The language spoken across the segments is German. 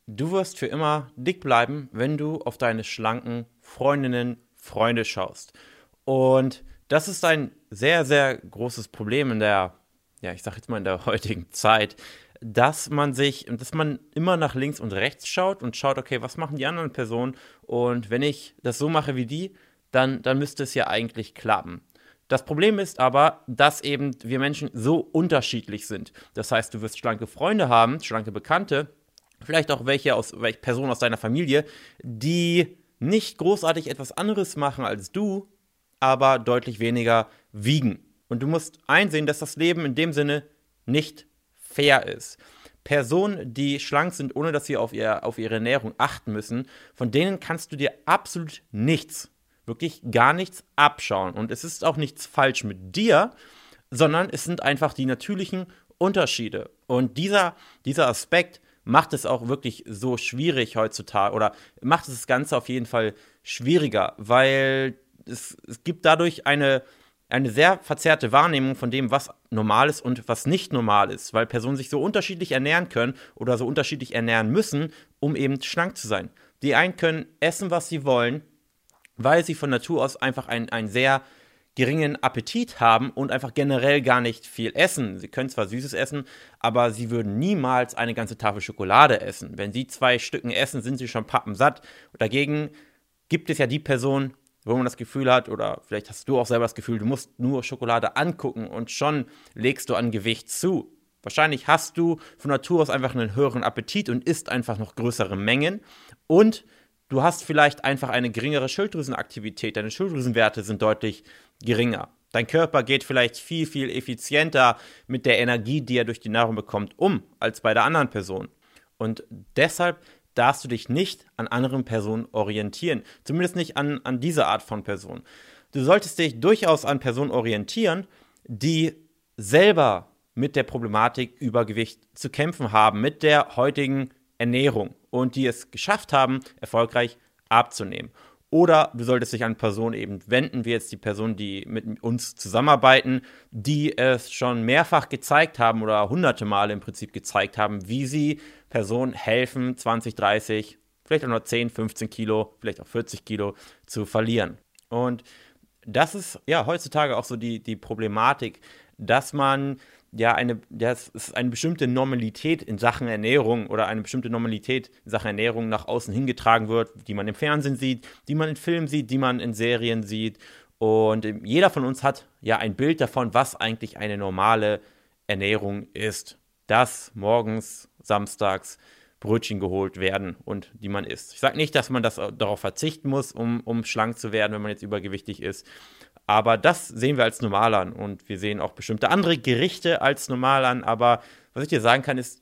Du wirst für immer dick bleiben, wenn du auf deine schlanken Freundinnen, Freunde schaust. Und das ist ein sehr, sehr großes Problem in der, ja, ich sag jetzt mal in der heutigen Zeit, dass man immer nach links und rechts schaut und schaut, okay, was machen die anderen Personen? Und wenn ich das so mache wie die, dann müsste es ja eigentlich klappen. Das Problem ist aber, dass eben wir Menschen so unterschiedlich sind. Das heißt, du wirst schlanke Freunde haben, schlanke Bekannte, vielleicht auch welche Personen aus deiner Familie, die nicht großartig etwas anderes machen als du, aber deutlich weniger wiegen. Und du musst einsehen, dass das Leben in dem Sinne nicht fair ist. Personen, die schlank sind, ohne dass sie auf ihre Ernährung achten müssen, von denen kannst du dir absolut nichts, wirklich gar nichts abschauen. Und es ist auch nichts falsch mit dir, sondern es sind einfach die natürlichen Unterschiede. Und dieser Aspekt macht es auch wirklich so schwierig heutzutage oder macht es das Ganze auf jeden Fall schwieriger, weil es gibt dadurch eine sehr verzerrte Wahrnehmung von dem, was normal ist und was nicht normal ist, weil Personen sich so unterschiedlich ernähren können oder so unterschiedlich ernähren müssen, um eben schlank zu sein. Die einen können essen, was sie wollen, weil sie von Natur aus einfach einen sehr geringen Appetit haben und einfach generell gar nicht viel essen. Sie können zwar Süßes essen, aber sie würden niemals eine ganze Tafel Schokolade essen. Wenn sie 2 Stücken essen, sind sie schon pappensatt. Dagegen gibt es ja die Person, wo man das Gefühl hat, oder vielleicht hast du auch selber das Gefühl, du musst nur Schokolade angucken und schon legst du an Gewicht zu. Wahrscheinlich hast du von Natur aus einfach einen höheren Appetit und isst einfach noch größere Mengen. Und du hast vielleicht einfach eine geringere Schilddrüsenaktivität. Deine Schilddrüsenwerte sind deutlich geringer. Dein Körper geht vielleicht viel, viel effizienter mit der Energie, die er durch die Nahrung bekommt, als bei der anderen Person. Und deshalb darfst du dich nicht an anderen Personen orientieren. Zumindest nicht an diese Art von Person. Du solltest dich durchaus an Personen orientieren, die selber mit der Problematik Übergewicht zu kämpfen haben, mit der heutigen Ernährung und die es geschafft haben, erfolgreich abzunehmen. Oder du solltest dich an Personen eben wenden, wie jetzt die Personen, die mit uns zusammenarbeiten, die es schon mehrfach gezeigt haben oder hunderte Male im Prinzip gezeigt haben, wie sie Personen helfen, 20, 30, vielleicht auch nur 10, 15 Kilo, vielleicht auch 40 Kilo zu verlieren. Und das ist ja heutzutage auch so die Problematik, dass man dass es eine bestimmte Normalität in Sachen Ernährung oder eine bestimmte Normalität in Sachen Ernährung nach außen hingetragen wird, die man im Fernsehen sieht, die man in Filmen sieht, die man in Serien sieht. Und jeder von uns hat ja ein Bild davon, was eigentlich eine normale Ernährung ist. Dass morgens, samstags Brötchen geholt werden und die man isst. Ich sage nicht, dass man darauf verzichten muss, um schlank zu werden, wenn man jetzt übergewichtig ist. Aber das sehen wir als normal an und wir sehen auch bestimmte andere Gerichte als normal an. Aber was ich dir sagen kann, ist,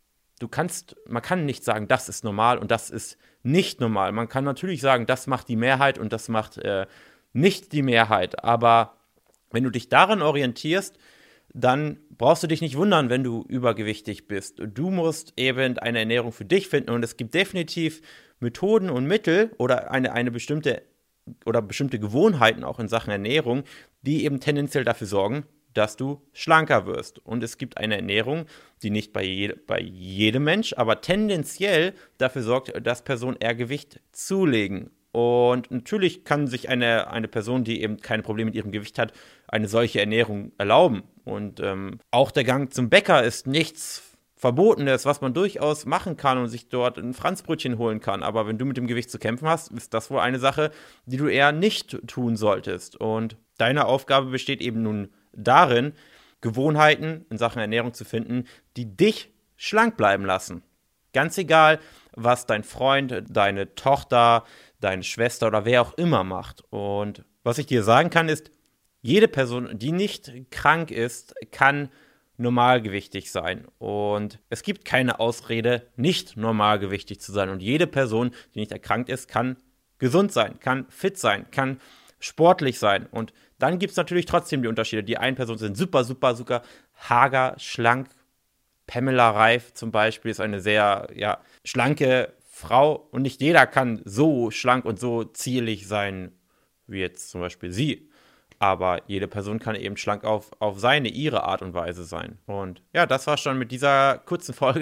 man kann nicht sagen, das ist normal und das ist nicht normal. Man kann natürlich sagen, das macht die Mehrheit und das macht nicht die Mehrheit. Aber wenn du dich daran orientierst, dann brauchst du dich nicht wundern, wenn du übergewichtig bist. Du musst eben eine Ernährung für dich finden und es gibt definitiv Methoden und Mittel oder eine bestimmte oder bestimmte Gewohnheiten auch in Sachen Ernährung, die eben tendenziell dafür sorgen, dass du schlanker wirst. Und es gibt eine Ernährung, die nicht bei jedem Mensch, aber tendenziell dafür sorgt, dass Personen eher Gewicht zulegen. Und natürlich kann sich eine Person, die eben keine Probleme mit ihrem Gewicht hat, eine solche Ernährung erlauben. Und auch der Gang zum Bäcker ist nichts Verbotenes, was man durchaus machen kann und sich dort ein Franzbrötchen holen kann. Aber wenn du mit dem Gewicht zu kämpfen hast, ist das wohl eine Sache, die du eher nicht tun solltest. Und deine Aufgabe besteht eben nun darin, Gewohnheiten in Sachen Ernährung zu finden, die dich schlank bleiben lassen. Ganz egal, was dein Freund, deine Tochter, deine Schwester oder wer auch immer macht. Und was ich dir sagen kann, ist, jede Person, die nicht krank ist, kann normalgewichtig sein. Und es gibt keine Ausrede, nicht normalgewichtig zu sein. Und jede Person, die nicht erkrankt ist, kann gesund sein, kann fit sein, kann sportlich sein. Und dann gibt es natürlich trotzdem die Unterschiede. Die einen Personen sind super, super, super hager, schlank. Pamela Reif zum Beispiel ist eine sehr schlanke Frau. Und nicht jeder kann so schlank und so zierlich sein, wie jetzt zum Beispiel sie. Aber jede Person kann eben schlank auf ihre Art und Weise sein. Und ja, das war schon mit dieser kurzen Folge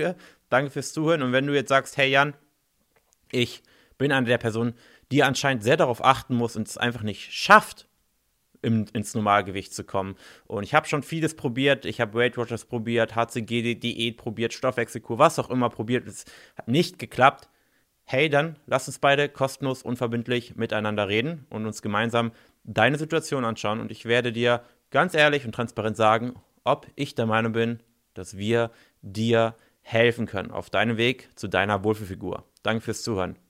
Danke fürs Zuhören. Und wenn du jetzt sagst, hey Jan, ich bin eine der Personen, die anscheinend sehr darauf achten muss und es einfach nicht schafft, ins Normalgewicht zu kommen. Und ich habe schon vieles probiert. Ich habe Weight Watchers probiert, HCG-Diät probiert, Stoffwechselkur, was auch immer probiert. Es hat nicht geklappt. Hey, dann lass uns beide kostenlos, unverbindlich miteinander reden und uns gemeinsam deine Situation anschauen. Und ich werde dir ganz ehrlich und transparent sagen, ob ich der Meinung bin, dass wir dir helfen können auf deinem Weg zu deiner Wohlfühlfigur. Danke fürs Zuhören.